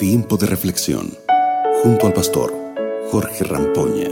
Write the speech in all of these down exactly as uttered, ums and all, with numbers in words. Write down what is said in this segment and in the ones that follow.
Tiempo de reflexión junto al pastor Jorge Rampoña.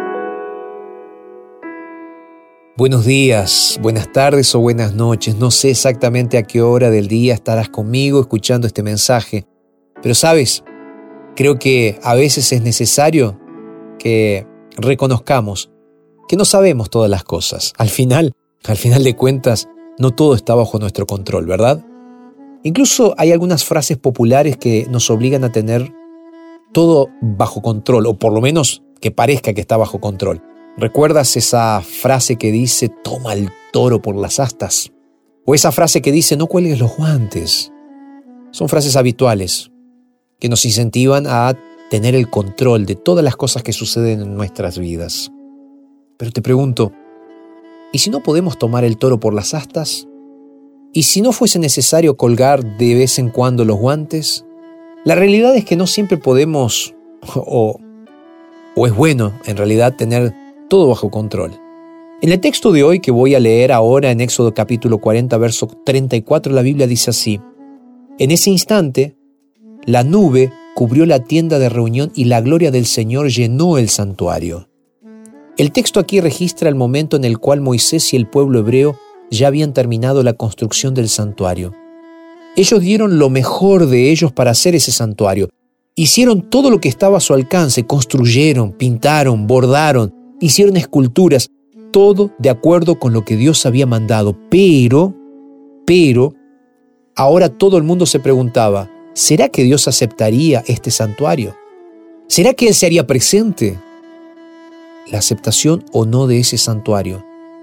Buenos días, buenas tardes o buenas noches. No sé exactamente a qué hora del día estarás conmigo escuchando este mensaje, pero sabes, creo que a veces es necesario que reconozcamos que no sabemos todas las cosas. Al final, al final de cuentas, no todo está bajo nuestro control, ¿verdad? Incluso hay algunas frases populares que nos obligan a tener todo bajo control, o por lo menos que parezca que está bajo control. ¿Recuerdas esa frase que dice, toma el toro por las astas? O esa frase que dice, no cuelgues los guantes. Son frases habituales que nos incentivan a tener el control de todas las cosas que suceden en nuestras vidas. Pero te pregunto, ¿y si no podemos tomar el toro por las astas? ¿Y si no fuese necesario colgar de vez en cuando los guantes? La realidad es que no siempre podemos, o, o es bueno en realidad, tener todo bajo control. En el texto de hoy que voy a leer ahora en Éxodo capítulo cuarenta, verso treinta y cuatro, la Biblia dice así: En ese instante, la nube cubrió la tienda de reunión y la gloria del Señor llenó el santuario. El texto aquí registra el momento en el cual Moisés y el pueblo hebreo ya habían terminado la construcción del santuario. Ellos dieron lo mejor de ellos para hacer ese santuario. Hicieron todo lo que estaba a su alcance, construyeron, pintaron, bordaron, hicieron esculturas, todo de acuerdo con lo que Dios había mandado. Pero, pero, ahora todo el mundo se preguntaba, ¿será que Dios aceptaría este santuario? ¿Será que Él se haría presente? La aceptación o no de ese santuario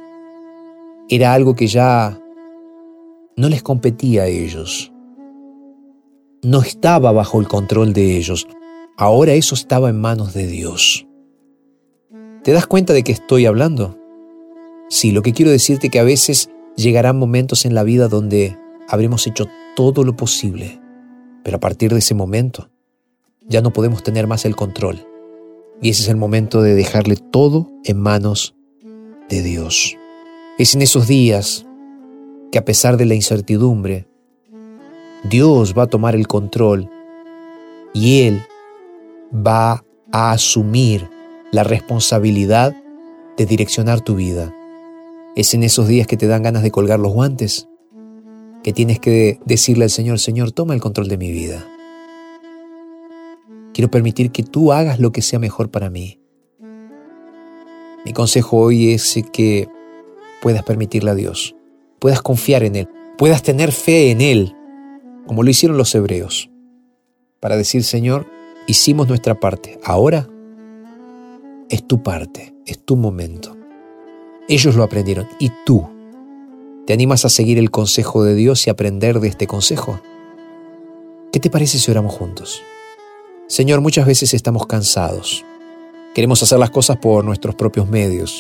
era algo que ya no les competía a ellos. No estaba bajo el control de ellos. Ahora eso estaba en manos de Dios. ¿Te das cuenta de qué estoy hablando? Sí, lo que quiero decirte es que a veces llegarán momentos en la vida donde habremos hecho todo lo posible, pero a partir de ese momento ya no podemos tener más el control. Y ese es el momento de dejarle todo en manos de Dios. Es en esos días que, a pesar de la incertidumbre, Dios va a tomar el control y Él va a asumir la responsabilidad de direccionar tu vida. Es en esos días que te dan ganas de colgar los guantes, que tienes que decirle al Señor, Señor, toma el control de mi vida. Quiero permitir que tú hagas lo que sea mejor para mí. Mi consejo hoy es que puedas permitirle a Dios, puedas confiar en Él, puedas tener fe en Él, como lo hicieron los hebreos, para decir, Señor, hicimos nuestra parte, ahora es tu parte, es tu momento. Ellos lo aprendieron, y tú, ¿te animas a seguir el consejo de Dios y aprender de este consejo? ¿Qué te parece si oramos juntos? Señor, muchas veces estamos cansados. Queremos hacer las cosas por nuestros propios medios.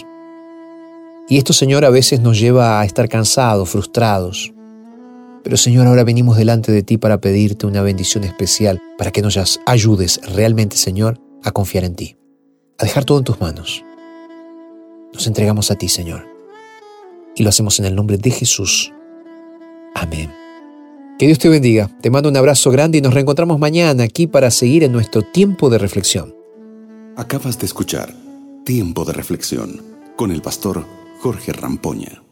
Y esto, Señor, a veces nos lleva a estar cansados, frustrados. Pero, Señor, ahora venimos delante de ti para pedirte una bendición especial, para que nos ayudes realmente, Señor, a confiar en ti, a dejar todo en tus manos. Nos entregamos a ti, Señor, y lo hacemos en el nombre de Jesús. Amén. Que Dios te bendiga. Te mando un abrazo grande y nos reencontramos mañana aquí para seguir en nuestro tiempo de reflexión. Acabas de escuchar Tiempo de Reflexión con el pastor Jorge Rampoña.